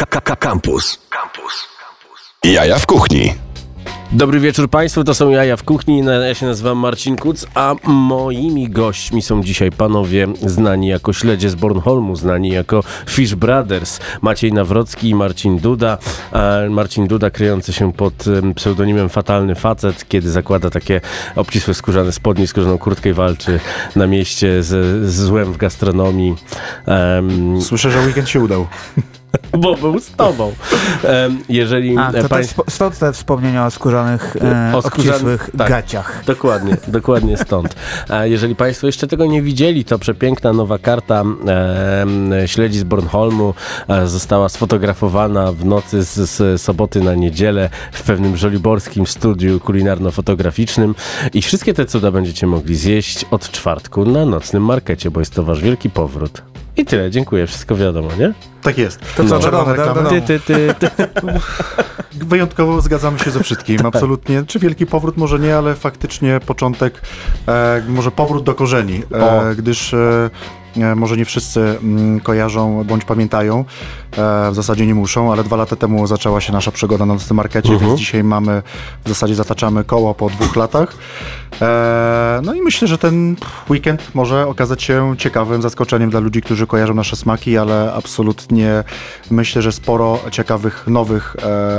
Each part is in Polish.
Campus. Jaja w kuchni. Dobry wieczór Państwu, to są Jaja w kuchni, ja się nazywam Marcin Kuc, a moimi gośćmi są dzisiaj panowie znani jako śledzie z Bornholmu, znani jako Fish Brothers, Maciej Nawrocki i Marcin Duda. Marcin Duda kryjący się pod pseudonimem Fatalny Facet, kiedy zakłada takie obcisłe skórzane spodnie, skórzaną kurtkę i walczy na mieście z złem w gastronomii. Słyszę, że weekend się udał. Bo był z tobą. Jeżeli stąd te wspomnienia o skórzanych, obcisłych gaciach. Dokładnie stąd. Jeżeli Państwo jeszcze tego nie widzieli, to przepiękna nowa karta śledzi z Bornholmu została sfotografowana w nocy z soboty na niedzielę w pewnym żoliborskim studiu kulinarno-fotograficznym i wszystkie te cuda będziecie mogli zjeść od czwartku na nocnym markecie, bo jest to wasz wielki powrót. I tyle, dziękuję, wszystko wiadomo, nie? Tak jest. To co, Wyjątkowo zgadzamy się ze wszystkim, absolutnie. Czy wielki powrót? Może nie, ale faktycznie początek, może powrót do korzeni, gdyż może nie wszyscy kojarzą bądź pamiętają, w zasadzie nie muszą, ale 2 lata temu zaczęła się nasza przygoda na nocnym markecie, więc dzisiaj w zasadzie zataczamy koło po 2 latach. No i myślę, że ten weekend może okazać się ciekawym zaskoczeniem dla ludzi, którzy kojarzą nasze smaki, ale absolutnie myślę, że sporo ciekawych, nowych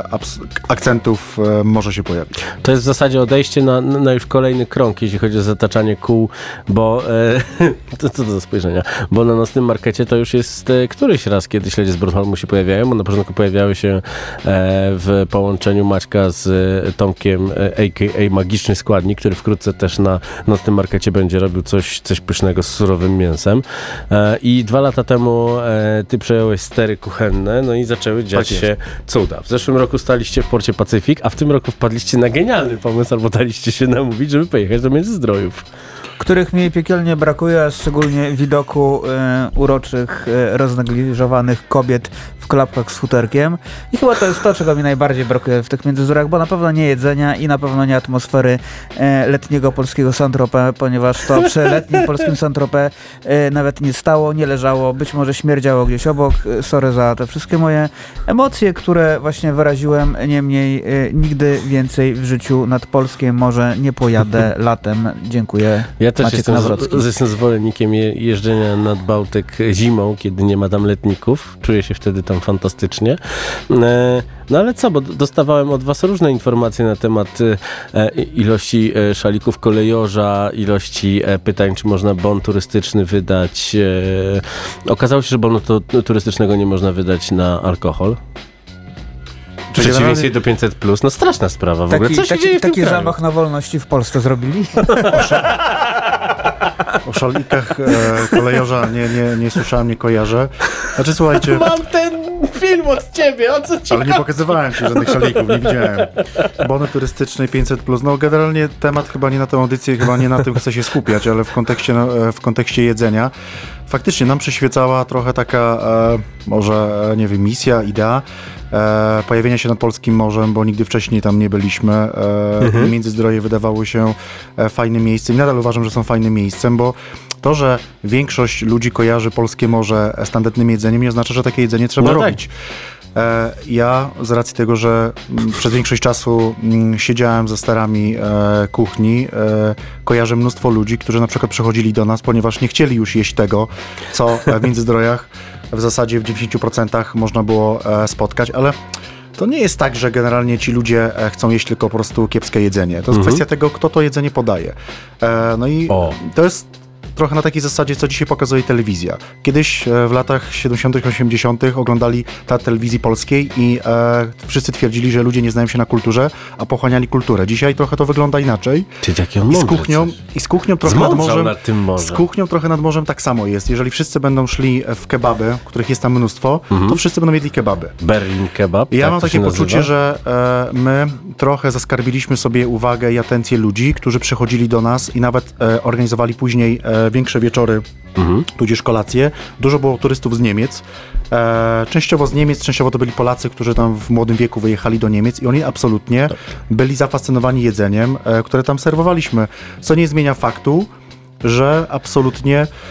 akcentów może się pojawić. To jest w zasadzie odejście na już kolejny krąg, jeśli chodzi o zataczanie kół, bo co to za spojrzenia? Bo na nocnym markecie to już jest któryś raz, kiedy śledzie z Bornholmu się pojawiają, bo na początku pojawiały się w połączeniu Maćka z Tomkiem, a.k.a. Magiczny Składnik, który wkrótce też na nocnym markecie będzie robił coś pysznego z surowym mięsem. I 2 lata temu ty przejąłeś stery kuchenne, no i zaczęły dziać się cuda. W zeszłym roku staliście w porcie Pacyfik, a w tym roku wpadliście na genialny pomysł, albo daliście się namówić, żeby pojechać do Międzyzdrojów. Których mi piekielnie brakuje, a szczególnie widoku uroczych, roznegliżowanych kobiet w klapkach z futerkiem. I chyba to jest to, czego mi najbardziej brakuje w tych Międzyzdrojach, bo na pewno nie jedzenia i na pewno nie atmosfery letniego polskiego Saint-Tropez, ponieważ to przy letnim polskim Saint-Tropez nawet nie stało, nie leżało, być może śmierdziało gdzieś obok. Sorry za te wszystkie moje emocje, które właśnie wyraziłem. Niemniej nigdy więcej w życiu nad polskie morze nie pojadę latem. Dziękuję. Ja też jestem zwolennikiem jeżdżenia nad Bałtyk zimą, kiedy nie ma tam letników. Czuję się wtedy tam fantastycznie. No ale co, bo dostawałem od was różne informacje na temat ilości szalików kolejorza, ilości pytań, czy można bon turystyczny wydać. Okazało się, że bonu turystycznego nie można wydać na alkohol. W przeciwieństwie do 500+, no straszna sprawa w ogóle. Co się dzieje w tym taki kraju? zamach na wolności w Polsce zrobili? O szalikach kolejorza nie słyszałem, nie kojarzę. Znaczy słuchajcie... Mam ten film od ciebie, o co ci Ale nie pokazywałem ci żadnych szalików, nie widziałem. Bony turystyczne 500+. No generalnie temat chyba nie na tę audycję, chyba nie na tym chcę się skupiać, ale w kontekście jedzenia. Faktycznie nam przyświecała trochę taka, może, nie wiem, misja, idea pojawienia się nad polskim morzem, bo nigdy wcześniej tam nie byliśmy. Międzyzdroje wydawało się fajnym miejscem i nadal uważam, że są fajnym miejscem, bo to, że większość ludzi kojarzy polskie morze z tandetnym jedzeniem, nie oznacza, że takie jedzenie trzeba robić. Ja z racji tego, że przez większość czasu siedziałem za sterami kuchni, kojarzę mnóstwo ludzi, którzy na przykład przychodzili do nas, ponieważ nie chcieli już jeść tego, co w Międzyzdrojach w zasadzie w 90% można było spotkać, ale to nie jest tak, że generalnie ci ludzie chcą jeść tylko po prostu kiepskie jedzenie. To jest kwestia tego, kto to jedzenie podaje. No i to jest trochę na takiej zasadzie, co dzisiaj pokazuje telewizja. Kiedyś w latach 70., 80. oglądali teatr telewizji polskiej i wszyscy twierdzili, że ludzie nie znają się na kulturze, a pochłaniali kulturę. Dzisiaj trochę to wygląda inaczej. Z kuchnią trochę nad morzem. Z kuchnią trochę nad morzem tak samo jest. Jeżeli wszyscy będą szli w kebaby, których jest tam mnóstwo, to wszyscy będą jedli kebaby. Berlin kebab. Ja mam takie poczucie, że my trochę zaskarbiliśmy sobie uwagę i atencję ludzi, którzy przychodzili do nas i nawet organizowali później większe wieczory, tudzież kolacje. Dużo było turystów z Niemiec. Częściowo z Niemiec, częściowo to byli Polacy, którzy tam w młodym wieku wyjechali do Niemiec i oni absolutnie byli zafascynowani jedzeniem, które tam serwowaliśmy. Co nie zmienia faktu, że absolutnie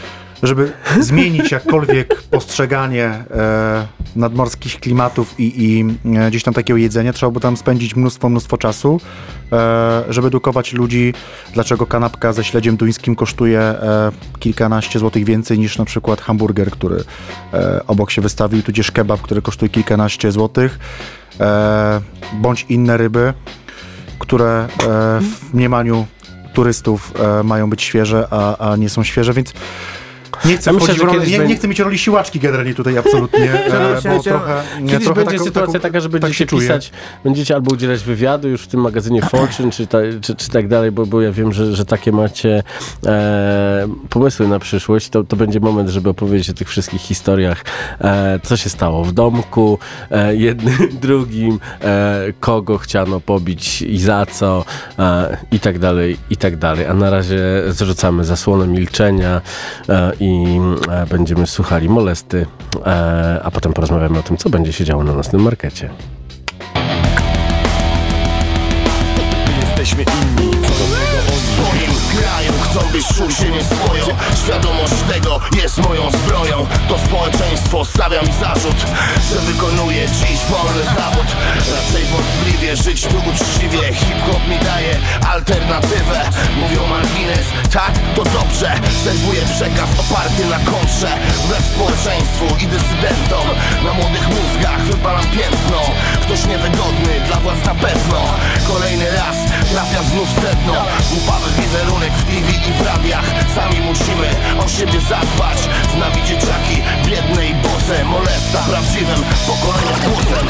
żeby zmienić jakkolwiek postrzeganie nadmorskich klimatów i gdzieś tam takiego jedzenia, trzeba by tam spędzić mnóstwo czasu, żeby edukować ludzi, dlaczego kanapka ze śledziem duńskim kosztuje kilkanaście złotych więcej niż na przykład hamburger, który obok się wystawił, tudzież kebab, który kosztuje kilkanaście złotych, bądź inne ryby, które w mniemaniu turystów mają być świeże, a nie są świeże, więc nie chcę, nie chcę mieć roli siłaczki generalnie tutaj absolutnie, bo trochę będzie sytuacja taka, że będziecie pisać, będziecie albo udzielać wywiadu już w tym magazynie Fortune, czy tak dalej, bo ja wiem, że takie macie pomysły na przyszłość, to będzie moment, żeby opowiedzieć o tych wszystkich historiach, co się stało w domku, jednym, drugim, kogo chciano pobić i za co, i tak dalej. A na razie zrzucamy zasłonę milczenia i będziemy słuchali Molesty, a potem porozmawiamy o tym, co będzie się działo na nocnym markecie. Jesteśmy inni, co do tego o swoim kraju chcą być czuł się nieswojo. Świadomość tego jest moją zbroją. To społeczeństwo stawia mi zarzut, że wykonuję dziś wolny zawód. Raczej wątpliwie żyć tu uczciwie. Hip-hop mi daje alternatywę. Mówią margines, tak, to dobrze. Serwuję przekaz oparty na kontrze. Wbrew społeczeństwu i dysydentom. Na młodych mózgach wypalam piętno. Ktoś niewygodny, dla władz na pewno. Kolejny raz trafia znów sedno. Głupawy wizerunek w TV i w radiach. Sami musimy o siebie zadbać. Z nami dzieciaki, biedne i bose. Molesta prawdziwym pokoleniem głosem.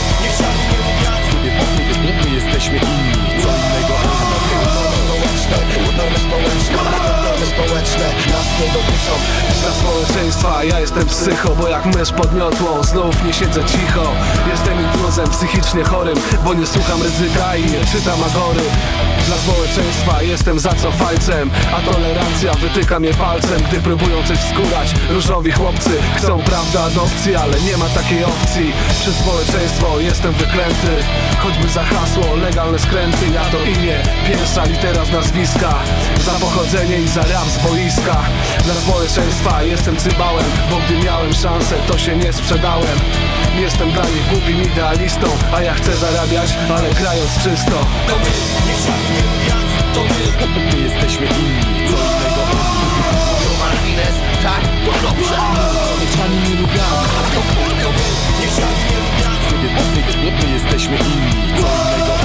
My jesteśmy inni, co innego. Normy społeczne nas nie dotyczą. Dla społeczeństwa ja jestem psycho, bo jak mysz pod miotłą znów nie siedzę cicho. Jestem intruzem psychicznie chorym, bo nie słucham ryzyka i nie czytam agory. Dla społeczeństwa jestem zacofalcem, a tolerancja wytyka mnie palcem, gdy próbują coś skórać. Różowi chłopcy chcą prawda adopcji, ale nie ma takiej opcji. Przez społeczeństwo jestem wyklęty, choćby za hasło legalne skręty. Ja to imię, pierwsza litera z nazwiska, za pochodzenie i za rap z boiska. Dla społeczeństwa jestem cybałem, bo gdy miałem szansę, to się nie sprzedałem. Jestem dla nich głupim idealistą, a ja chcę zarabiać, ale grając czysto. To my, nie żadnie pijani, to my jesteśmy inni, co innego. Mówią margines, tak, to dobrze. Mieszani nie lubiamy. To my, nie żadnie pijani, my jesteśmy inni, co innego.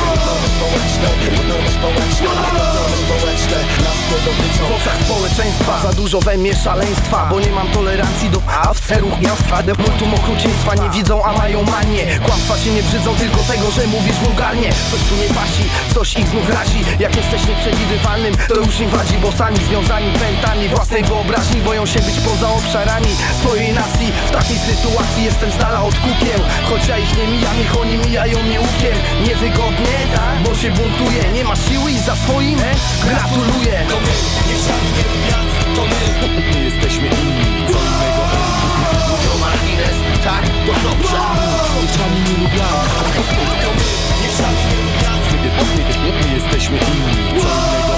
Normy społeczne nas nie dotyczą. W oczach społeczeństwa za dużo we mnie szaleństwa, bo nie mam tolerancji do ruch miasta. Multum okrucieństwa nie widzą, a mają manię. Kłamstwa się nie brzydzą tylko tego, że mówisz wulgarnie. Coś tu nie pasi, coś ich znów razi. Jak jesteś nieprzewidywalnym, to już im wadzi, bo sami związani pętami własnej wyobraźni boją się być poza obszarami swojej nacji. W takiej sytuacji jestem z dala od kukieł, choć ja ich nie mijam, niech oni mijają mnie łukiem. Niewygodnie, bo się buntuje. Nie ma siły i za swoim gratuluję. To my, nie żadnie pijani, to my jesteśmy inni, co innego. Mówią margines, tak, to dobrze. Mieszani nie lubiamy. To my, nie żadnie pijani, my jesteśmy inni, co innego.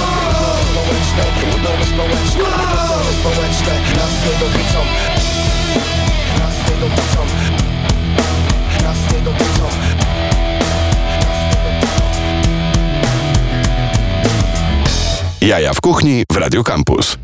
Normy społeczne nas nie dotyczą. Nas nie dotyczą. Nas nie dotyczą. Jaja w kuchni w Radio Campus.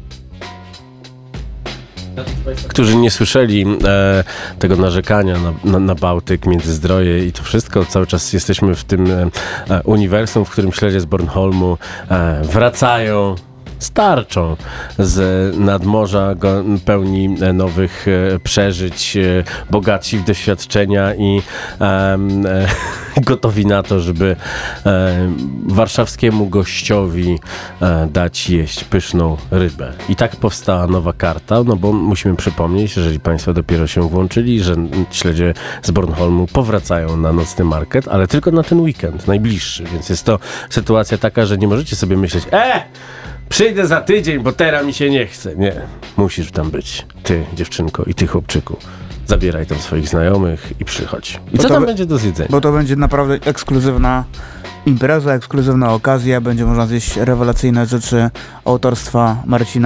Którzy nie słyszeli tego narzekania na Bałtyk, Międzyzdroje i to wszystko, cały czas jesteśmy w tym uniwersum, w którym śledzie z Bornholmu wracają starczą z nadmorza, pełni nowych przeżyć, bogatsi w doświadczenia i gotowi na to, żeby warszawskiemu gościowi dać jeść pyszną rybę. I tak powstała nowa karta, no bo musimy przypomnieć, jeżeli Państwo dopiero się włączyli, że śledzie z Bornholmu powracają na nocny market, ale tylko na ten weekend, najbliższy, więc jest to sytuacja taka, że nie możecie sobie myśleć, przyjdę za tydzień, bo teraz mi się nie chce. Nie, musisz tam być. Ty, dziewczynko, i ty, chłopczyku. Zabieraj tam swoich znajomych i przychodź. I co tam będzie do zjedzenia? Bo to będzie naprawdę ekskluzywna impreza, ekskluzywna okazja. Będzie można zjeść rewelacyjne rzeczy autorstwa Marcina.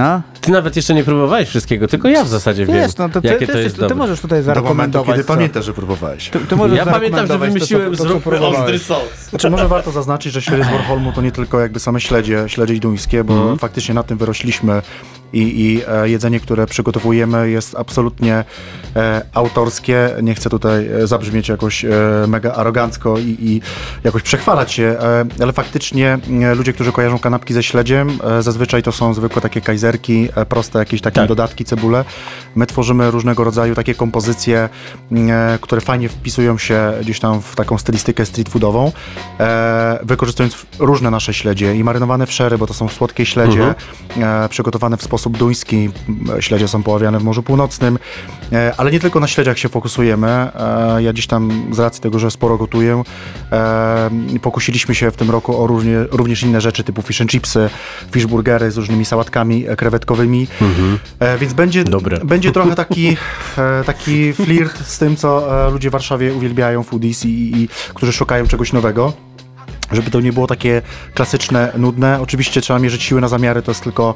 Ty nawet jeszcze nie próbowałeś wszystkiego, tylko ja w zasadzie wiem, Wiesz, no to jakie ty, to jest ty dobre. możesz tutaj Do momentu, zarekomendować. kiedy co? pamiętasz, że próbowałeś. Ty możesz Ja pamiętam, że zarekomendować wymyśliłem to, co zróbmy próbowałeś. ostry sos. Znaczy, może warto zaznaczyć, że śledzie z Bornholmu to nie tylko jakby same śledzie duńskie, bo faktycznie na tym wyrośliśmy i jedzenie, które przygotowujemy, jest absolutnie autorskie. Nie chcę tutaj zabrzmieć jakoś mega arogancko i jakoś przechwalać się, ale faktycznie ludzie, którzy kojarzą kanapki ze śledziem, zazwyczaj to są zwykłe takie kajzerki, proste jakieś takie dodatki, cebule. My tworzymy różnego rodzaju takie kompozycje, które fajnie wpisują się gdzieś tam w taką stylistykę street foodową, wykorzystując różne nasze śledzie i marynowane w sherry, bo to są słodkie śledzie, przygotowane w sposób duński. Śledzie są poławiane w Morzu Północnym, ale nie tylko na śledziach się fokusujemy. Ja gdzieś tam z racji tego, że sporo gotuję, pokusiliśmy się w tym roku o również inne rzeczy typu fish and chipsy, fish burgery z różnymi sałatkami krewetkowymi, więc będzie trochę taki flirt z tym, co ludzie w Warszawie uwielbiają, foodies i którzy szukają czegoś nowego. Żeby to nie było takie klasyczne, nudne. Oczywiście trzeba mierzyć siły na zamiary, to jest tylko,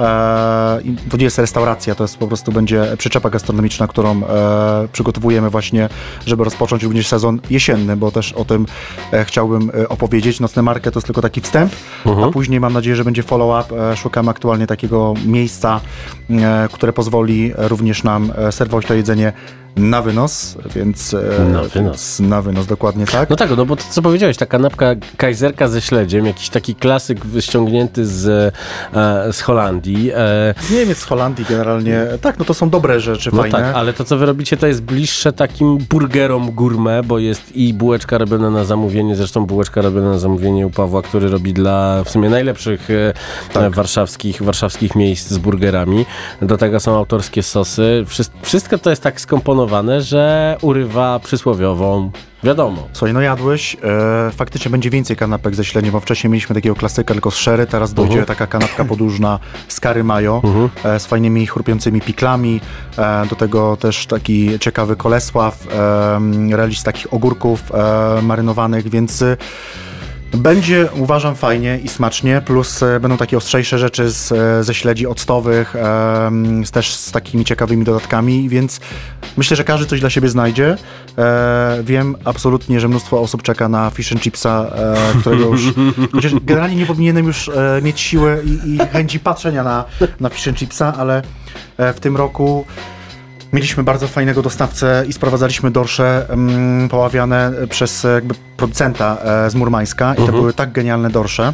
to nie jest restauracja, to jest po prostu będzie przyczepa gastronomiczna, którą przygotowujemy właśnie, żeby rozpocząć również sezon jesienny, bo też o tym chciałbym opowiedzieć. Nocne Market to jest tylko taki wstęp, a później mam nadzieję, że będzie follow-up. Szukamy aktualnie takiego miejsca, które pozwoli również nam serwować to jedzenie na wynos, więc na wynos, dokładnie tak. No tak, no bo to, co powiedziałeś, ta kanapka kajzerka ze śledziem, jakiś taki klasyk ściągnięty z Holandii. Niemiec z Holandii generalnie, tak, no to są dobre rzeczy, No fajne. tak, ale to, co wy robicie, to jest bliższe takim burgerom gourmet, bo jest i bułeczka robiona na zamówienie, zresztą bułeczka robiona na zamówienie u Pawła, który robi dla w sumie najlepszych warszawskich miejsc z burgerami. Do tego są autorskie sosy. Wszystko to jest tak skomponowane, że urywa przysłowiową wiadomo. Słuchaj, no jadłeś, faktycznie będzie więcej kanapek ze śledziem, bo wcześniej mieliśmy takiego klasyka tylko z sherry, teraz dojdzie taka kanapka podłużna z curry mayo, z fajnymi chrupiącymi piklami, do tego też taki ciekawy kolesław, relish z takich ogórków marynowanych, więc będzie, uważam, fajnie i smacznie, plus będą takie ostrzejsze rzeczy ze śledzi octowych, też z takimi ciekawymi dodatkami, więc myślę, że każdy coś dla siebie znajdzie. Wiem absolutnie, że mnóstwo osób czeka na fish and chipsa, którego już... Chociaż generalnie nie powinienem już mieć siły i chęci patrzenia na fish and chipsa, ale w tym roku mieliśmy bardzo fajnego dostawcę i sprowadzaliśmy dorsze poławiane przez jakby producenta z Murmańska i to były tak genialne dorsze.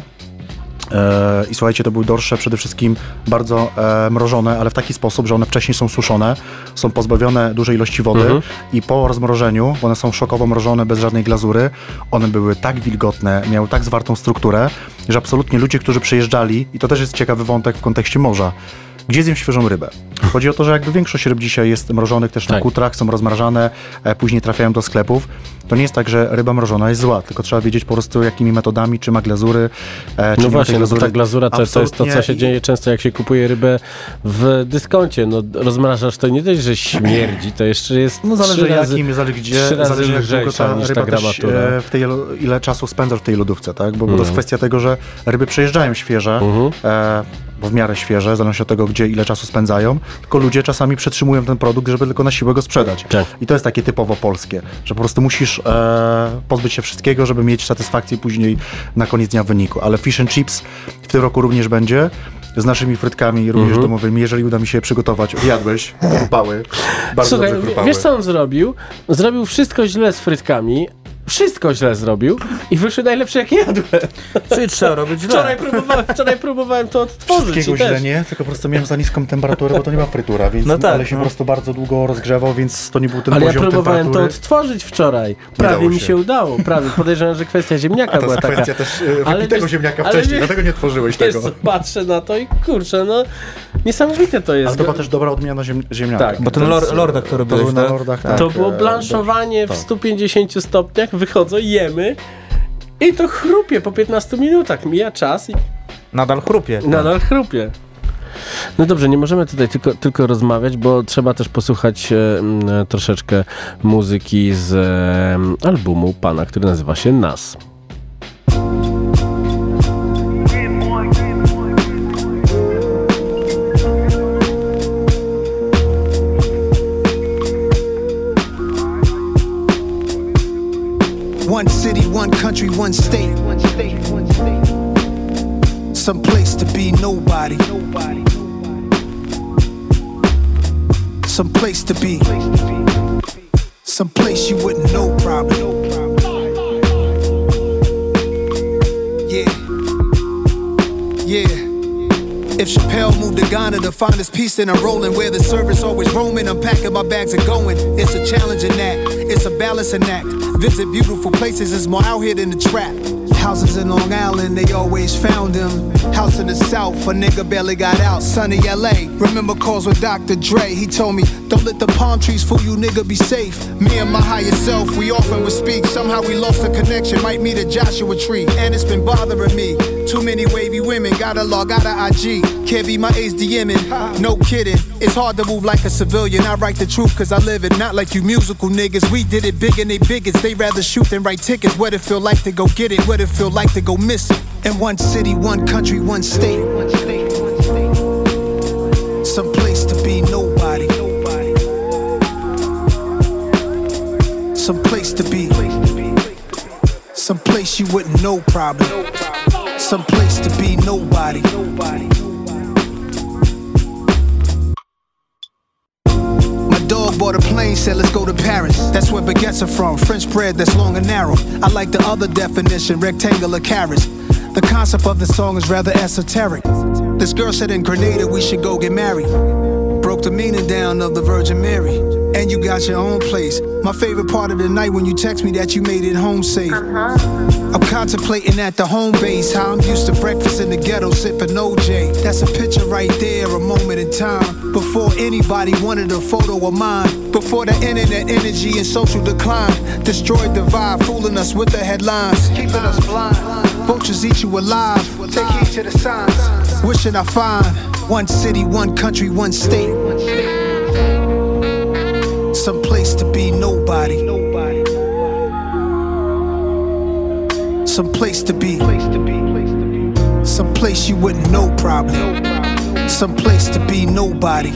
I słuchajcie, to były dorsze przede wszystkim bardzo mrożone, ale w taki sposób, że one wcześniej są suszone, są pozbawione dużej ilości wody i po rozmrożeniu, bo one są szokowo mrożone, bez żadnej glazury, one były tak wilgotne, miały tak zwartą strukturę, że absolutnie ludzie, którzy przyjeżdżali, i to też jest ciekawy wątek w kontekście morza, gdzie zjem świeżą rybę? Chodzi o to, że jakby większość ryb dzisiaj jest mrożonych też na kutrach, są rozmrażane, później trafiają do sklepów. To nie jest tak, że ryba mrożona jest zła, tylko trzeba wiedzieć po prostu jakimi metodami, czy ma glazury, czy no właśnie, glazury. No bo ta glazura to jest to, co się dzieje często, jak się kupuje rybę w dyskoncie. No rozmrażasz, to nie dość, że śmierdzi, to jeszcze jest no zależy razy, zależy gdzie, 3 razy zależy jak długo ta niż ryba ta gramatura. też, ile czasu spędzasz w tej lodówce, tak? Bo to jest kwestia tego, że ryby przejeżdżają świeże, bo w miarę świeże, w zależności od tego, gdzie, ile czasu spędzają, tylko ludzie czasami przetrzymują ten produkt, żeby tylko na siłę go sprzedać. Tak. I to jest takie typowo polskie, że po prostu musisz pozbyć się wszystkiego, żeby mieć satysfakcję później na koniec dnia w wyniku. Ale fish and chips w tym roku również będzie, z naszymi frytkami również domowymi, jeżeli uda mi się je przygotować. Jadłeś, chrupały, bardzo dobrze chrupały. Wiesz co on zrobił? Zrobił wszystko źle z frytkami, wszystko źle zrobił i wyszły najlepsze, jakie jadłem. Czyli trzeba robić źle. Wczoraj próbowałem to odtworzyć. Wszystkiego źle nie, tylko po prostu miałem za niską temperaturę, bo to nie ma frytura, więc no tak, ale się po prostu bardzo długo rozgrzewał, więc to nie był ten poziom temperatury. Ale ja próbowałem to odtworzyć wczoraj. Prawie mi się udało. Prawie. Podejrzewam, że kwestia ziemniaka była taka. To jest kwestia też wypitego ziemniaka wcześniej, dlatego nie tworzyłeś tego. Patrzę na to i kurczę, no niesamowite to jest. Ale to była też dobra odmiana ziemniaka. Tak, bo ten lordak to robiłeś, na lordach, tak. To było blanszowanie w 150 stopniach, wychodzą, jemy i to chrupie po 15 minutach. Mija czas i nadal chrupie. Nadal chrupie. No dobrze, nie możemy tutaj tylko rozmawiać, bo trzeba też posłuchać troszeczkę muzyki z albumu pana, który nazywa się Nas. One city, one country, one state. Some place to be nobody. Some place to be. Some place you wouldn't know probably. Yeah. Yeah. If Chappelle moved to Ghana to find his peace, then I'm rolling where the service always roaming. I'm packing my bags and going. It's a challenging act. It's a balancing act. Visit beautiful places, it's more out here than the trap. Houses in Long Island, they always found them. House in the South, a nigga barely got out. Sunny LA, remember calls with Dr. Dre. He told me, don't let the palm trees fool you, nigga, be safe. Me and my higher self, we often would speak. Somehow we lost the connection, might meet a Joshua tree. And it's been bothering me. Too many wavy women, gotta log out of IG. Can't be my age DMing, no kidding. It's hard to move like a civilian. I write the truth cause I live it, not like you musical niggas. We did it big and they biggest. They rather shoot than write tickets. What it feel like to go get it, what it feel like to go miss it. In one city, one country, one state. Some place to be nobody. Some place to be. Some place you wouldn't know probably. Some place to be nobody. Dog bought a plane, said let's go to Paris. That's where baguettes are from, French bread that's long and narrow. I like the other definition, rectangular carrots. The concept of the song is rather esoteric. This girl said in Grenada we should go get married. Broke the meaning down of the Virgin Mary. And you got your own place. My favorite part of the night when you text me that you made it home safe. I'm contemplating at the home base how I'm used to breakfast in the ghetto sipping OJ. That's a picture right there, a moment in time. Before anybody wanted a photo of mine. Before the internet energy and social decline destroyed the vibe, fooling us with the headlines, keeping us blind. Vultures eat you alive. Take heed to the signs. Wishing I find one city, one country, one state. Some place to be nobody. Some place to be. Some place you wouldn't know probably. Some place to be nobody.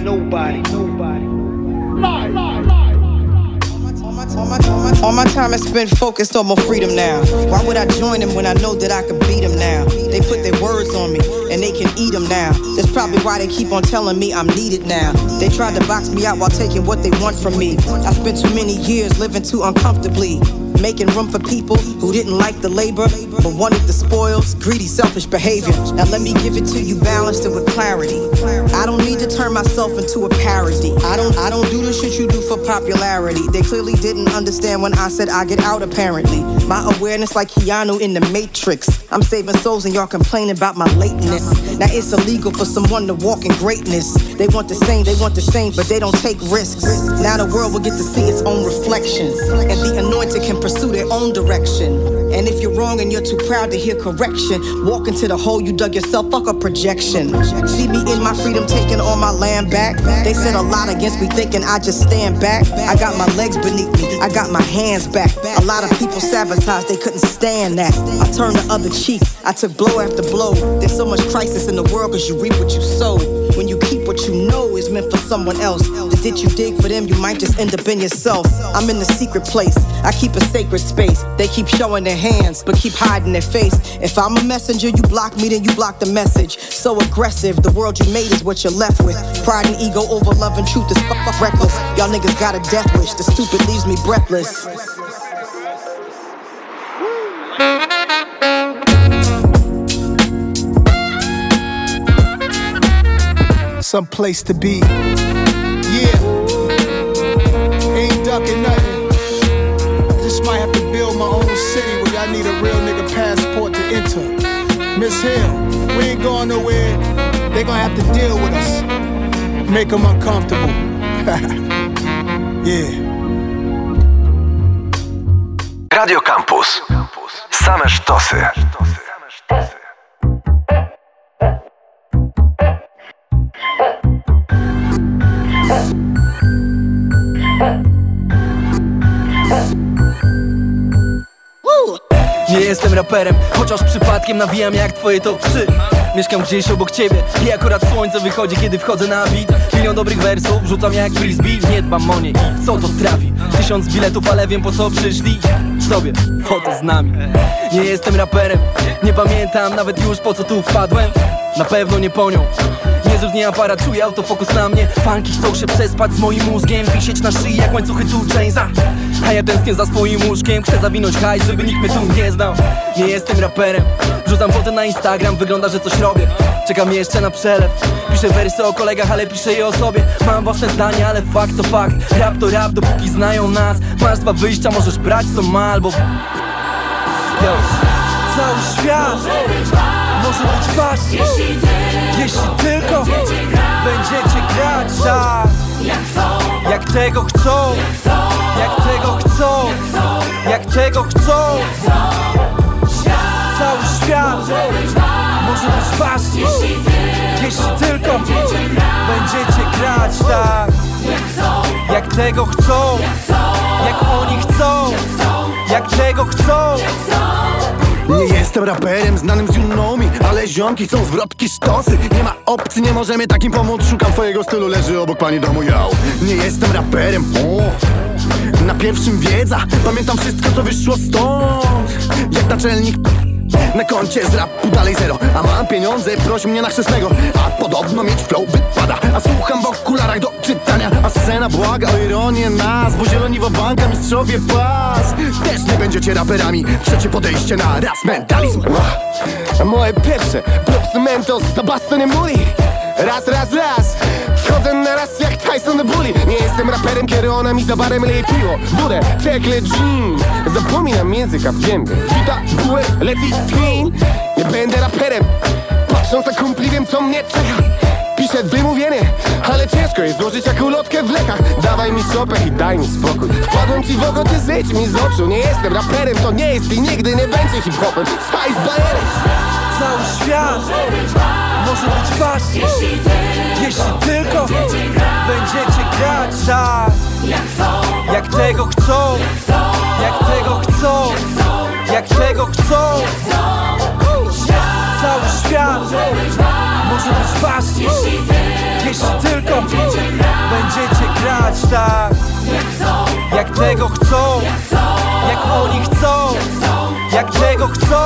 All my time is spent focused on my freedom now. Why would I join them when I know that I could beat them now? They put their words on me and they can eat them now. That's probably why they keep on telling me I'm needed now. They tried to box me out while taking what they want from me. I spent too many years living too uncomfortably, making room for people who didn't like the labor but wanted the spoils, greedy, selfish behavior. Now let me give it to you balanced and with clarity. I don't need to turn myself into a parody. I don't do the shit you do for popularity. They clearly didn't understand when I said I get out apparently. My awareness like Keanu in the Matrix. I'm saving souls and y'all complaining about my lateness. Now it's illegal for someone to walk in greatness. They want the same, but they don't take risks. Now the world will get to see its own reflection, and the anointed can pursue their own direction. And if you're wrong and you're too proud to hear correction, walk into the hole you dug yourself, fuck a projection. See me in my freedom taking all my land back. They said a lot against me thinking I just stand back. I got my legs beneath me, I got my hands back. A lot of people sabotaged, they couldn't stand that. I turned the other cheek, I took blow after blow. There's so much crisis in the world cause you reap what you sow. When you keep what you know is meant for someone else, the ditch you dig for them, you might just end up in yourself. I'm in the secret place, I keep a sacred space. They keep showing their hands, but keep hiding their face. If I'm a messenger, you block me, then you block the message. So aggressive, the world you made is what you're left with. Pride and ego over love and truth is fuck reckless. Y'all niggas got a death wish, the stupid leaves me breathless. Some place to be. Yeah. Ain't ducking nothing. Just might have to build my own city where y'all need a real nigga passport to enter. Miss Hill, we ain't going nowhere. They gonna have to deal with us. Make them uncomfortable. Yeah. Radio Campus. Same sztosy. Yeah, jestem raperem, chociaż przypadkiem nawijam jak twoje top 3. Mieszkam gdzieś obok ciebie i akurat słońce wychodzi, kiedy wchodzę na beat. Milion dobrych wersów, rzucam jak frisbee. Nie dbam o nie i w co to trafi. 1000 biletów, ale wiem po co przyszli. Sobie, foto z nami. Nie jestem raperem, nie pamiętam nawet już po co tu wpadłem. Na pewno nie po nią. Jezus, nie aparat, czuję autofokus na mnie. Fanki chcą się przespać z moim mózgiem, wisieć na szyi jak łańcuchy tu Jamesa. A ja tęsknię za swoim łóżkiem, chcę zawinąć hajs, żeby nikt mnie tu nie znał. Nie jestem raperem, wrzucam foty na Instagram, wygląda, że coś robię. Czekam jeszcze na przelew, piszę wersy o kolegach, ale piszę je o sobie. Mam własne zdania, ale fakt to fakt. Rap to rap, dopóki znają nas. Masz 2 wyjścia, możesz brać co ma, albo... Yo. Cały świat może być wasz, jeśli tylko będziecie grać tak, jak tego chcą, jak tego chcą, jak tego chcą. Cały świat może być wasz, jeśli tylko będziecie grać tak, jak tego chcą, jak oni chcą, jak tego chcą. Nie jestem raperem znanym z You Know Me, ale ziomki chcą zwrotki, sztosy. Nie ma opcji, nie możemy takim pomóc. Szukam twojego stylu, leży obok pani domu, yo. Nie jestem raperem, na pierwszym wiedza. Pamiętam wszystko, co wyszło stąd. Jak naczelnik na koncie z rapu dalej zero. A mam pieniądze, proś mnie na chrzestnego. A podobno mieć flow wypada. A słucham w okularach do czytania. A scena błaga o ironię nas, bo zieloniwo banka, mistrzowie pas. Też nie będziecie raperami. Trzecie podejście na raz mentalizm. A moje pierwsze propsy Mentos za bastonem muli. Raz, raz, raz. Wchodzę na raz jak Tyson the Bully. Nie jestem raperem, kiedy ona mi za barem leje piwo, wódę, tekle, gin. Zapominam języka w gębie. Wita, bułę, leci, clean. Nie będę raperem, patrząc na kumpli wiem co mnie czeka. Piszę wymówienie, ale ciężko jest złożyć jak ulotkę w lekach. Dawaj mi sopę i daj mi spokój. Wpadłem ci w oko, ty zejdź mi z oczu. Nie jestem raperem, to nie jest i nigdy nie będzie hip-hopem. Spice bajerem. Cały świat może być wasz, jeśli tylko będziecie grać tak, jak tego chcą, jak tego chcą, jak tego chcą. Cały świat może być wasz, jeśli tylko będziecie grać tak, jak tego chcą, jak oni chcą, jak tego chcą.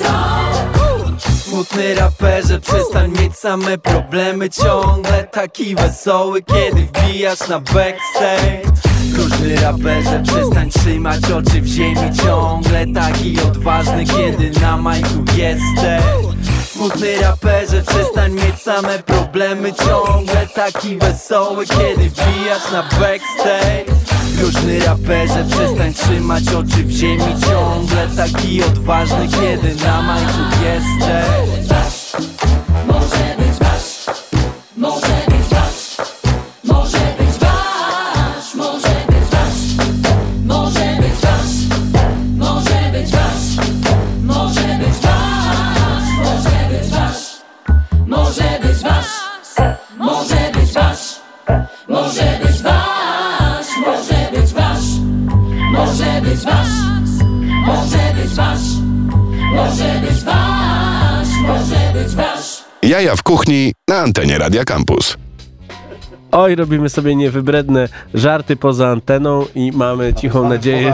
Smutny raperze, przestań mieć same problemy. Ciągle taki wesoły, kiedy wbijasz na backstage. Różny raperze, przestań trzymać oczy w ziemi. Ciągle taki odważny, kiedy na majku jesteś. Smutny raperze, przestań mieć same problemy. Ciągle taki wesoły, kiedy wbijasz na backstage. Różny raperze, przestań trzymać oczy w ziemi. Ciągle taki odważny, kiedy na majku jesteś. Może być wasz, może być wasz, może być wasz, może być wasz, może być wasz, może być wasz, może być wasz, może być wasz, może być wasz, może być wasz, może być wasz, może być wasz, może być wasz, może być wasz, może być wasz, może być wasz. Jaja w kuchni na antenie Radia Campus. Oj, robimy sobie niewybredne żarty poza anteną i mamy cichą nadzieję,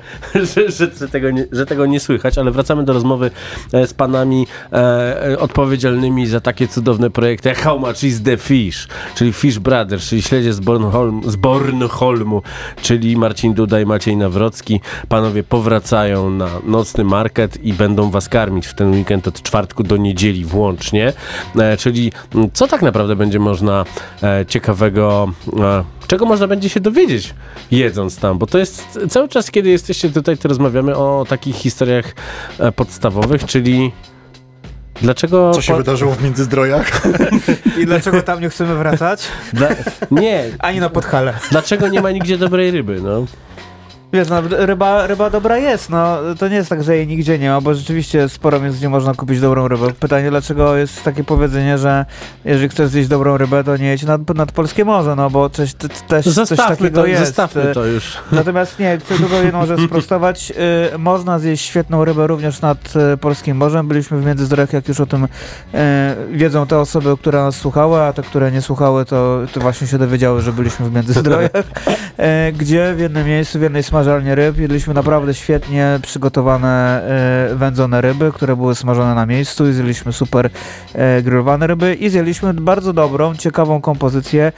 że tego nie słychać, ale wracamy do rozmowy z panami odpowiedzialnymi za takie cudowne projekty jak How Much is the Fish, czyli Fish Brothers, czyli śledzie z Bornholmu, czyli Marcin Duda i Maciej Nawrocki. Panowie powracają na nocny market i będą was karmić w ten weekend od czwartku do niedzieli włącznie. Czyli co tak naprawdę będzie można ciekawego, czego można będzie się dowiedzieć jedząc tam, bo to jest cały czas, kiedy jesteście tutaj, to rozmawiamy o takich historiach podstawowych, czyli dlaczego... Co się wydarzyło w Międzyzdrojach? I dlaczego tam nie chcemy wracać? Nie. Ani na Podhale. Dlaczego nie ma nigdzie dobrej ryby, no? Wiesz, no, ryba dobra jest, no to nie jest tak, że jej nigdzie nie ma, bo rzeczywiście sporo miejsc, gdzie można kupić dobrą rybę. Pytanie, dlaczego jest takie powiedzenie, że jeżeli chcesz zjeść dobrą rybę, to nie jedź nad polskie morze, no bo też coś takiego jest. Zostawmy to już. Natomiast nie, chcę tylko jedną rzecz sprostować. Można zjeść świetną rybę również nad polskim morzem. Byliśmy w Międzyzdrojach, jak już o tym wiedzą te osoby, które nas słuchały, a te, które nie słuchały, to właśnie się dowiedziały, że byliśmy w Międzyzdrojach, gdzie w jednym miejscu, w jednej smażalni ryb jedliśmy naprawdę świetnie przygotowane wędzone ryby, które były smażone na miejscu i zjedliśmy super grillowane ryby i zjedliśmy bardzo dobrą, ciekawą kompozycję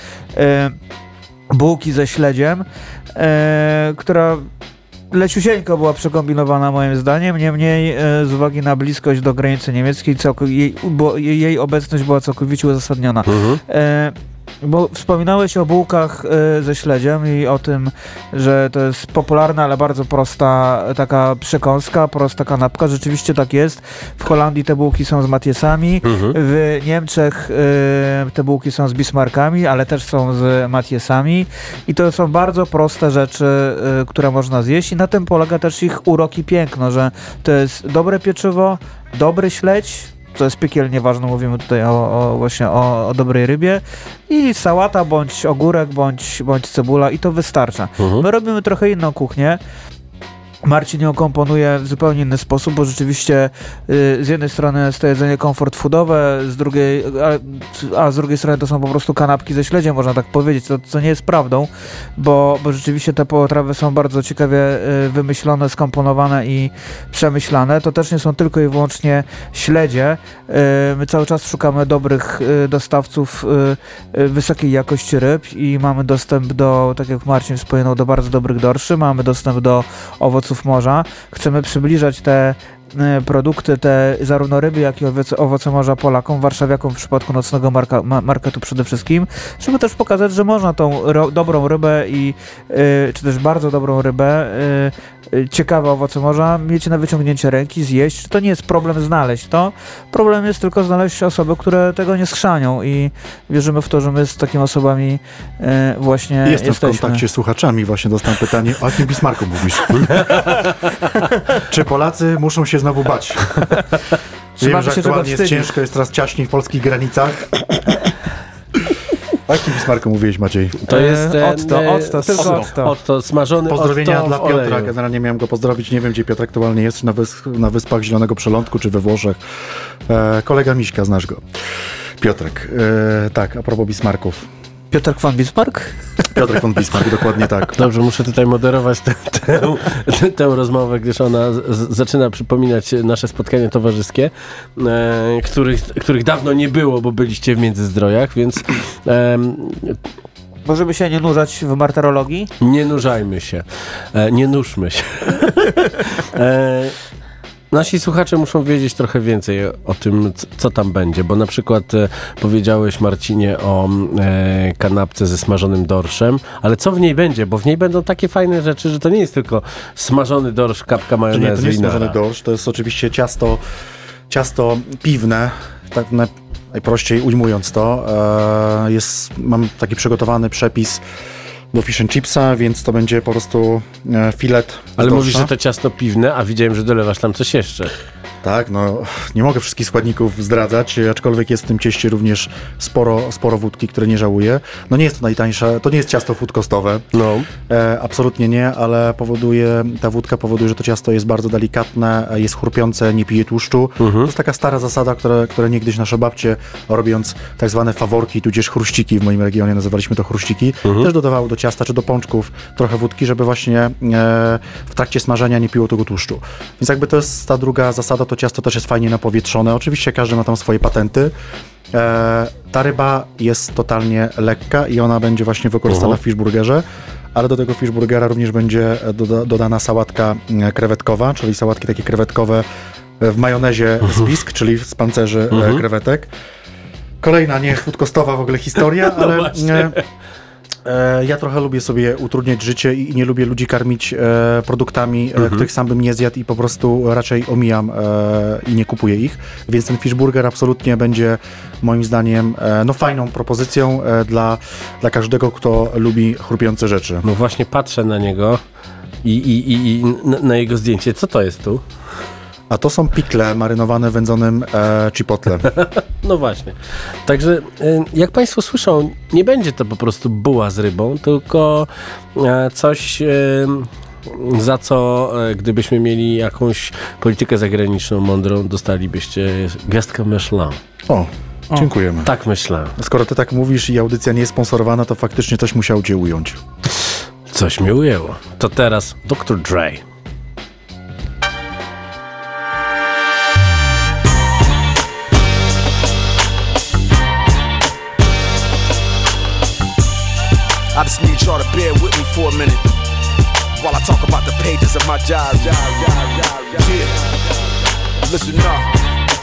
bułki ze śledziem, która leciusieńko była przekombinowana moim zdaniem, niemniej z uwagi na bliskość do granicy niemieckiej jej obecność była całkowicie uzasadniona. Bo wspominałeś o bułkach ze śledziem i o tym, że to jest popularna, ale bardzo prosta taka przekąska, prosta kanapka. Rzeczywiście tak jest. W Holandii te bułki są z matiesami, w Niemczech te bułki są z Bismarckami, ale też są z matiesami i to są bardzo proste rzeczy, które można zjeść i na tym polega też ich urok i piękno, że to jest dobre pieczywo, dobry śledź, co jest piekielnie ważne, mówimy tutaj właśnie o dobrej rybie i sałata, bądź ogórek, bądź cebula i to wystarcza. My robimy trochę inną kuchnię. Marcin ją komponuje w zupełnie inny sposób, bo rzeczywiście z jednej strony jest to jedzenie comfort foodowe, a z drugiej strony to są po prostu kanapki ze śledziem, można tak powiedzieć, co nie jest prawdą, bo rzeczywiście te potrawy są bardzo ciekawie wymyślone, skomponowane i przemyślane. To też nie są tylko i wyłącznie śledzie. My cały czas szukamy dobrych dostawców wysokiej jakości ryb i mamy dostęp do, tak jak Marcin wspominał, do bardzo dobrych dorszy, mamy dostęp do owoców morza. Chcemy przybliżać te produkty, te zarówno ryby, jak i owoce morza Polakom, warszawiakom w przypadku nocnego marketu przede wszystkim, żeby też pokazać, że można tą dobrą rybę czy też bardzo dobrą rybę, ciekawe owoce morza mieć na wyciągnięcie ręki, zjeść. To nie jest problem znaleźć to. Problem jest tylko znaleźć osoby, które tego nie schrzanią i wierzymy w to, że my z takimi osobami właśnie jesteśmy. W kontakcie z słuchaczami. Właśnie dostałem pytanie, o jakim Bismarcku mówisz? Czy Polacy muszą się znowu bać? Wiem, że aktualnie jest ciężko, jest coraz ciaśniej w polskich granicach. O jakim Bismarcku mówiłeś, Maciej? To jest Otto, smażony Pozdrowienia Otto dla Piotra. oleju. Generalnie miałem go pozdrowić. Nie wiem, gdzie Piotr aktualnie jest, na Wyspach Zielonego Przelądku, czy we Włoszech. Kolega Miśka, znasz go. Piotrek. Tak, a propos Bismarcków. Piotrek von Bismarck? Piotrek von Bismarck, dokładnie tak. Dobrze, muszę tutaj moderować tę rozmowę, gdyż ona zaczyna przypominać nasze spotkania towarzyskie, których dawno nie było, bo byliście w Międzyzdrojach, więc... Możemy się nie nurzać w martyrologii? Nie nurzajmy się. Nie nurzmy się. Nasi słuchacze muszą wiedzieć trochę więcej o tym, co tam będzie, bo na przykład powiedziałeś, Marcinie, o kanapce ze smażonym dorszem, ale co w niej będzie? Bo w niej będą takie fajne rzeczy, że to nie jest tylko smażony dorsz, kapka majonezu. To nie jest smażony dorsz, to jest oczywiście ciasto piwne, tak najprościej ujmując to. Mam taki przygotowany przepis do fish and chipsa, więc to będzie po prostu filet. Ale mówisz, że to ciasto piwne, a widziałem, że dolewasz tam coś jeszcze. Tak, no nie mogę wszystkich składników zdradzać, aczkolwiek jest w tym cieście również sporo wódki, które nie żałuję. No nie jest to najtańsze, to nie jest ciasto food costowe, absolutnie nie, ale ta wódka powoduje, że to ciasto jest bardzo delikatne, jest chrupiące, nie pije tłuszczu. To jest taka stara zasada, które niegdyś nasze babcie, robiąc tak zwane faworki, tudzież chruściki, w moim regionie nazywaliśmy to chruściki, też dodawały do ciasta czy do pączków trochę wódki, żeby właśnie w trakcie smażenia nie piło tego tłuszczu. Więc jakby to jest ta druga zasada, to ciasto też jest fajnie napowietrzone. Oczywiście każdy ma tam swoje patenty. Ta ryba jest totalnie lekka i ona będzie właśnie wykorzystana w fishburgerze, ale do tego fishburgera również będzie dodana sałatka krewetkowa, czyli sałatki takie krewetkowe w majonezie z bisk, czyli z pancerzy krewetek. Kolejna nie food costowa w ogóle historia, ale ja trochę lubię sobie utrudniać życie i nie lubię ludzi karmić produktami, których sam bym nie zjadł i po prostu raczej omijam i nie kupuję ich. Więc ten fishburger absolutnie będzie moim zdaniem fajną propozycją dla każdego, kto lubi chrupiące rzeczy. No właśnie patrzę na niego i na jego zdjęcie. Co to jest tu? A to są pikle marynowane wędzonym chipotle. No właśnie. Także jak Państwo słyszą, nie będzie to po prostu buła z rybą, tylko coś, za co gdybyśmy mieli jakąś politykę zagraniczną mądrą, dostalibyście gwiazdkę Michelin. O, dziękujemy. Tak myślę. Skoro ty tak mówisz i audycja nie jest sponsorowana, to faktycznie coś musiał cię ująć. Coś mnie ujęło. To teraz Dr. Dre. I just need y'all to bear with me for a minute while I talk about the pages of my diary. Yeah, listen up.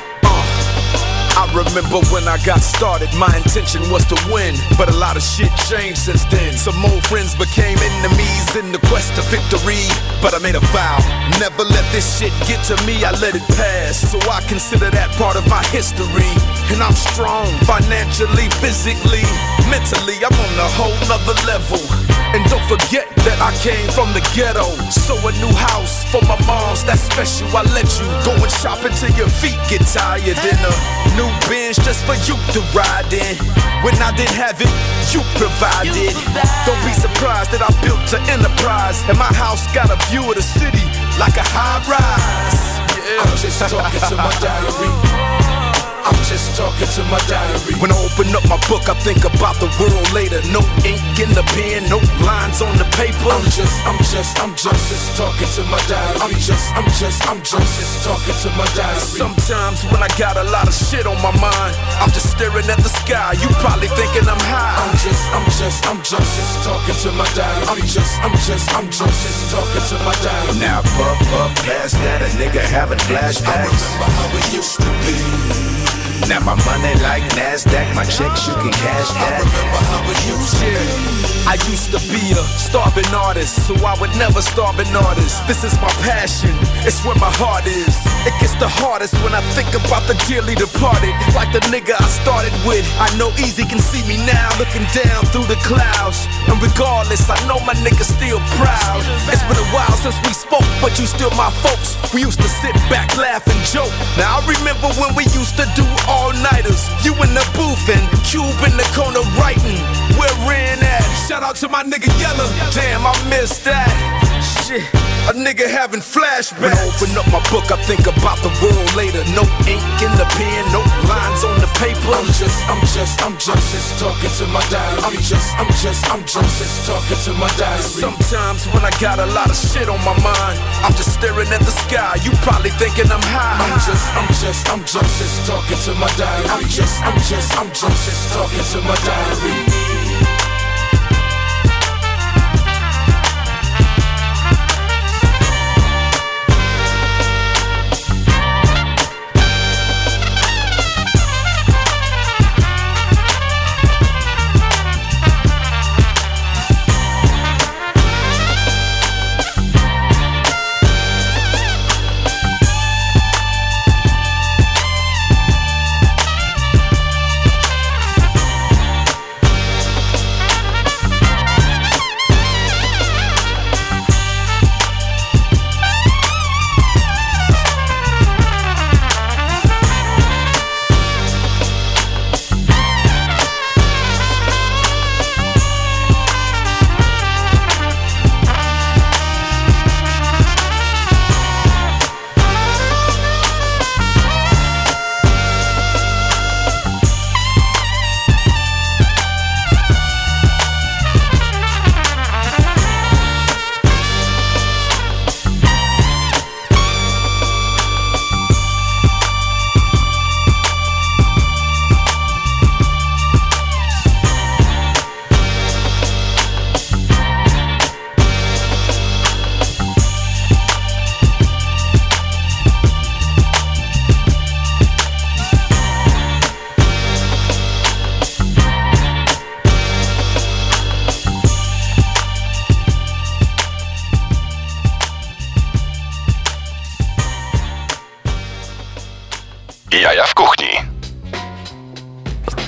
I remember when I got started, my intention was to win, but a lot of shit changed since then. Some old friends became enemies in the quest to victory, but I made a vow, never let this shit get to me, I let it pass. So I consider that part of my history, and I'm strong, financially, physically, mentally, I'm on a whole nother level. And don't forget that I came from the ghetto, so a new house for my moms, that's special. I let you go and shop until your feet get tired, in a new Benz just for you to ride in. When I didn't have it, you provided. Don't be surprised that I built an enterprise, and my house got a view of the city like a high rise. Yeah. I'm just talking to my diary. I'm just talking to my diary. When I open up my book, I think about the world later. No ink in the pen, no lines on the paper. I'm just talking to my diary. I'm just talking to my diary. Sometimes when I got a lot of shit on my mind, I'm just staring at the sky. You probably thinking I'm high. I'm just talking to my diary. I'm just talking to my diary. Now puff past that, a nigga having flashbacks. I remember how it used to be. Now my money like NASDAQ, my checks you can cash that. I remember how it used to be. I used to be a starving artist, so I would never starve an artist. This is my passion, it's where my heart is. It gets the hardest when I think about the dearly departed, like the nigga I started with. I know Easy can see me now, looking down through the clouds. And regardless, I know my nigga's still proud. It's been a while since we spoke, but you still my folks. We used to sit back, laugh and joke. Now I remember when we used to do all-nighters. You in the booth and Cube in the corner writing. Where Ren at? Shout out to my nigga Yella. Damn, I missed that. Shit, a nigga having flashbacks. When I open up my book, I think about the world later. No ink in the pen, no lines on the paper. I'm just talking to my diary. I'm just talking to my diary. Sometimes when I got a lot of shit on my mind, I'm just staring at the sky. You probably thinking I'm high. I'm just talking to my diary. I'm just talking to my diary. Jaja w kuchni.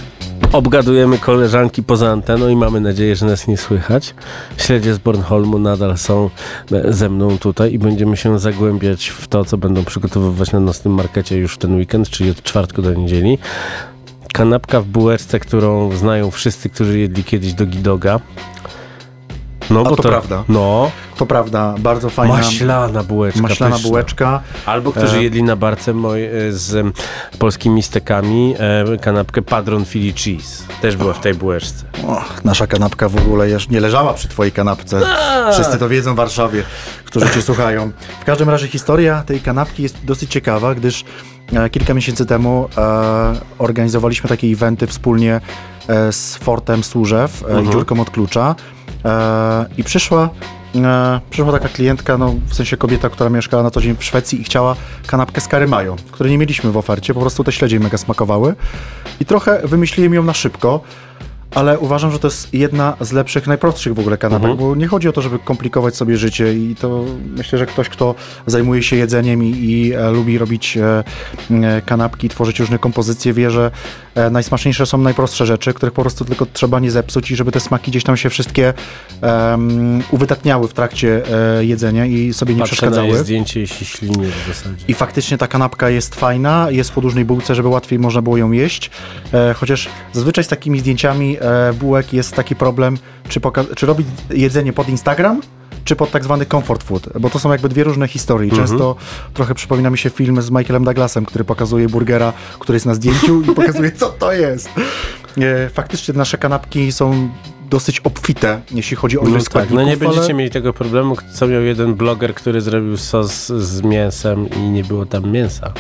Obgadujemy koleżanki poza anteną i mamy nadzieję, że nas nie słychać. Śledzie z Bornholmu nadal są ze mną tutaj i będziemy się zagłębiać w to, co będą przygotowywać na nocnym markecie już w ten weekend, czyli od czwartku do niedzieli. Kanapka w bułeczce, którą znają wszyscy, którzy jedli kiedyś dogi doga. No, bo to prawda. No. To prawda, bardzo fajna. Maślana bułeczka. Maślana pyszna. bułeczka. Albo którzy jedli na barce z polskimi stekami kanapkę Padron Philly Cheese. Też była w tej bułeczce. Nasza kanapka w ogóle nie leżała przy twojej kanapce. Wszyscy to wiedzą w Warszawie, którzy cię słuchają. W każdym razie historia tej kanapki jest dosyć ciekawa, gdyż kilka miesięcy temu organizowaliśmy takie eventy wspólnie z Fortem Służew i Dziurką od Klucza. I przyszła taka klientka, no w sensie kobieta, która mieszkała na co dzień w Szwecji i chciała kanapkę z curry mayo, której nie mieliśmy w ofercie, po prostu te śledzie jej mega smakowały i trochę wymyśliłem ją na szybko, ale uważam, że to jest jedna z lepszych, najprostszych w ogóle kanapek, bo nie chodzi o to, żeby komplikować sobie życie i to myślę, że ktoś, kto zajmuje się jedzeniem i lubi robić kanapki, tworzyć różne kompozycje, wie, że najsmaczniejsze są najprostsze rzeczy, których po prostu tylko trzeba nie zepsuć i żeby te smaki gdzieś tam się wszystkie uwydatniały w trakcie jedzenia i sobie nie przeszkadzały. Patrzę na zdjęcie i się ślinie w zasadzie. I faktycznie ta kanapka jest fajna, jest w podłużnej bułce, żeby łatwiej można było ją jeść, chociaż zazwyczaj z takimi zdjęciami bułek jest taki problem, czy robić jedzenie pod Instagram, czy pod tak zwany comfort food, bo to są jakby dwie różne historie. Często trochę przypomina mi się film z Michaelem Douglasem, który pokazuje burgera, który jest na zdjęciu i pokazuje, co to jest. Faktycznie nasze kanapki są dosyć obfite, jeśli chodzi o ilość składników. No nie będziecie mieli tego problemu, co miał jeden bloger, który zrobił sos z mięsem i nie było tam mięsa.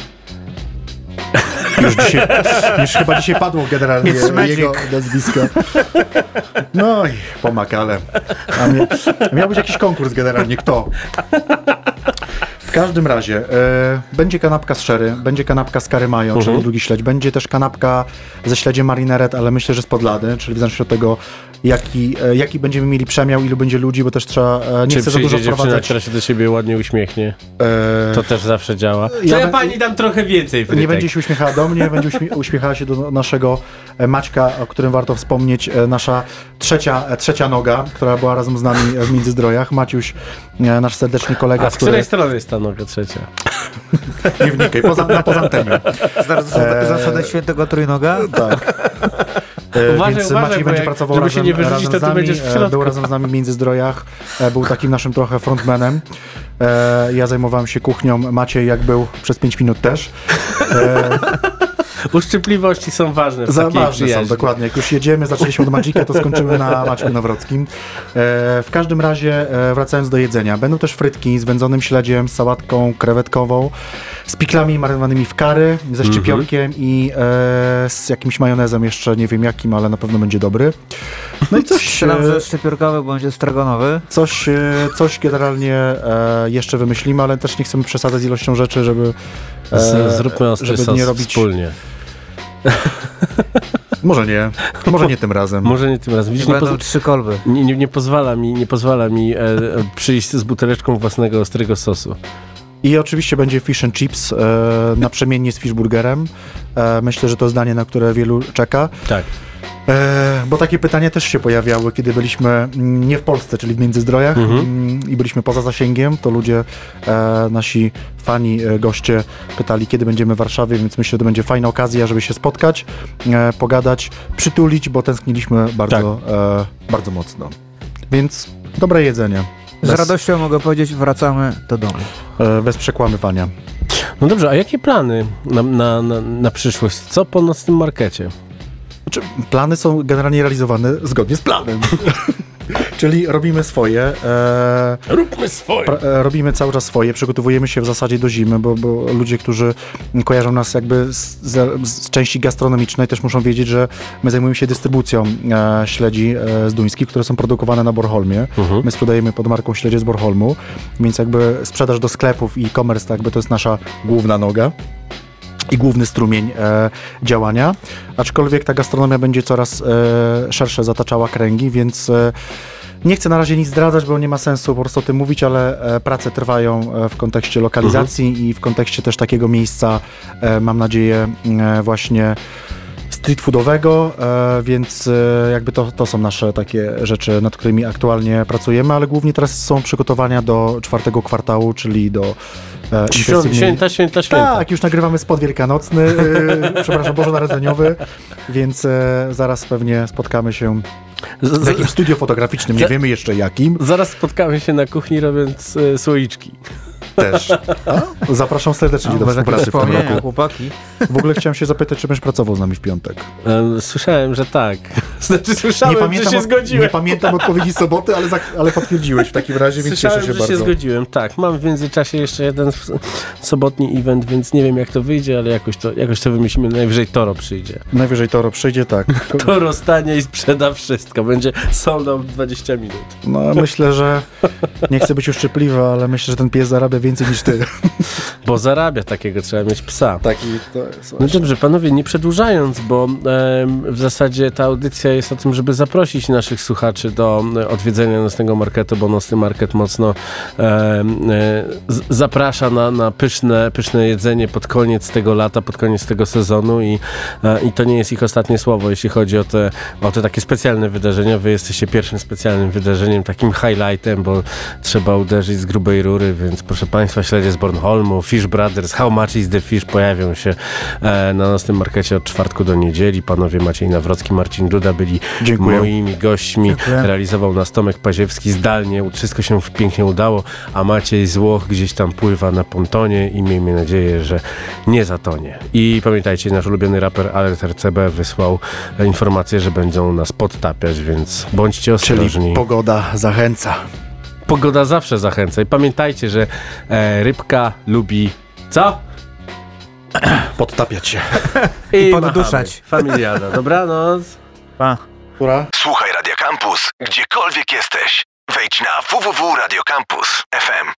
Już chyba dzisiaj padło generalnie jego nazwisko. No i pomakale. Miał być jakiś konkurs generalnie. Kto? W każdym razie będzie kanapka z sherry, będzie kanapka z curry mayo, czyli drugi śledź. Będzie też kanapka ze śledziem marineret, ale myślę, że z Podlady, czyli w zależności od tego, jaki będziemy mieli przemiał, ilu będzie ludzi, bo też trzeba, nie chcę za dużo wprowadzać. Która się do siebie ładnie uśmiechnie. To też zawsze działa. Ja pani dam trochę więcej frytek. Nie będzie się uśmiechała do mnie, będzie uśmiechała się do naszego Maćka, o którym warto wspomnieć. Nasza trzecia noga, która była razem z nami w Międzyzdrojach. Maciuś, nasz serdeczny kolega. A z której strony jest ta noga trzecia? Nie wnikaj, poza antenią. Zasadę świętego trójnoga? Tak. Więc Maciej będzie pracował razem z nami, był razem z nami w Międzyzdrojach, był takim naszym trochę frontmanem. Ja zajmowałem się kuchnią, Maciej jak był przez 5 minut też. Uszczypliwości są ważne w takiej ważne przyjaźni. są, dokładnie. Jak już jedziemy, zaczęliśmy od Magika, to skończymy na Maćku Nawrockim. W każdym razie, wracając do jedzenia, będą też frytki z wędzonym śledziem, z sałatką krewetkową, z piklami marynowanymi w curry, ze szczypiorkiem i z jakimś majonezem jeszcze, nie wiem jakim, ale na pewno będzie dobry. No i coś... Strzelam, że szczypiorkowy będzie stragonowy. Coś generalnie jeszcze wymyślimy, ale też nie chcemy przesadzać z ilością rzeczy, żeby... Zróbmy ostry sos nie robić... wspólnie. Może nie tym razem. Może nie tym razem. Widzisz, będą 3 kolby. Nie pozwala mi przyjść z buteleczką własnego ostrego sosu. I oczywiście będzie fish and chips naprzemiennie z fishburgerem. Myślę, że to zdanie, na które wielu czeka. Tak. Bo takie pytania też się pojawiały, kiedy byliśmy nie w Polsce, czyli w Międzyzdrojach i byliśmy poza zasięgiem, to ludzie, nasi fani, goście pytali, kiedy będziemy w Warszawie, więc myślę, że to będzie fajna okazja, żeby się spotkać, pogadać, przytulić, bo tęskniliśmy bardzo mocno. Więc dobre jedzenie. Z radością mogę powiedzieć, wracamy do domu. Bez przekłamywania. No dobrze, a jakie plany na przyszłość? Co po nocnym markecie? Znaczy, plany są generalnie realizowane zgodnie z planem. Czyli robimy swoje. Róbmy swoje. Robimy cały czas swoje. Przygotowujemy się w zasadzie do zimy, bo ludzie, którzy kojarzą nas jakby z części gastronomicznej, też muszą wiedzieć, że my zajmujemy się dystrybucją śledzi z duńskich, które są produkowane na Bornholmie. My sprzedajemy pod marką śledzie z Bornholmu, więc jakby sprzedaż do sklepów i e-commerce, tak jakby to jest nasza główna noga i główny strumień działania, aczkolwiek ta gastronomia będzie coraz szersze zataczała kręgi, więc nie chcę na razie nic zdradzać, bo nie ma sensu po prostu o tym mówić, ale prace trwają w kontekście lokalizacji i w kontekście też takiego miejsca, mam nadzieję, właśnie street foodowego, więc jakby to są nasze takie rzeczy, nad którymi aktualnie pracujemy, ale głównie teraz są przygotowania do 4. kwartału, czyli do Święta. Tak, już nagrywamy spot wielkanocny, przepraszam, bożonarodzeniowy, więc zaraz pewnie spotkamy się w jakimś studio fotograficznym, nie wiemy jeszcze jakim. Zaraz spotkamy się na kuchni robiąc słoiczki. Też. Zapraszam serdecznie do współpracy w tym roku. Chłopaki. W ogóle chciałem się zapytać, czy będziesz pracował z nami w piątek. Słyszałem, że tak. Znaczy słyszałem, że się zgodziłem. Nie pamiętam odpowiedzi soboty, ale potwierdziłeś w takim razie, więc słyszałem, cieszę się że bardzo. się zgodziłem, tak. Mam w międzyczasie jeszcze jeden sobotni event, więc nie wiem jak to wyjdzie, ale jakoś to wymyślimy. Najwyżej Toro przyjdzie. Najwyżej Toro przyjdzie, tak. Toro stanie i sprzeda wszystko. Będzie sold out 20 minut. No myślę, że nie chcę być uszczypliwy, ale myślę, że ten pies zarabia więcej niż ty. Bo zarabia, takiego trzeba mieć psa. Taki to jest No dobrze, panowie, nie przedłużając, bo w zasadzie ta audycja jest o tym, żeby zaprosić naszych słuchaczy do odwiedzenia nocnego marketu, bo nocny market mocno zaprasza na pyszne jedzenie pod koniec tego lata, pod koniec tego sezonu i to nie jest ich ostatnie słowo, jeśli chodzi o te takie specjalne wydarzenia. Wy jesteście pierwszym specjalnym wydarzeniem, takim highlightem, bo trzeba uderzyć z grubej rury, więc proszę Państwa, śledzie z Bornholmu, Fish Brothers, How Much is the Fish pojawią się na nocnym markecie od czwartku do niedzieli. Panowie Maciej Nawrocki, Marcin Duda byli moimi gośćmi. Dziękuję. Realizował nas Tomek Paziewski zdalnie. Wszystko się pięknie udało, a Maciej z Włoch gdzieś tam pływa na pontonie i miejmy nadzieję, że nie zatonie. I pamiętajcie, nasz ulubiony raper Alert RCB wysłał informację, że będą nas podtapiać, więc bądźcie ostrożni. Czyli pogoda zachęca. Pogoda zawsze zachęca. I pamiętajcie, że rybka lubi co? Podtapiać się. I podduszać. Familiada. Dobranoc. Pa. Która? Słuchaj Radio Campus, gdziekolwiek jesteś. Wejdź na www.radiocampus.fm.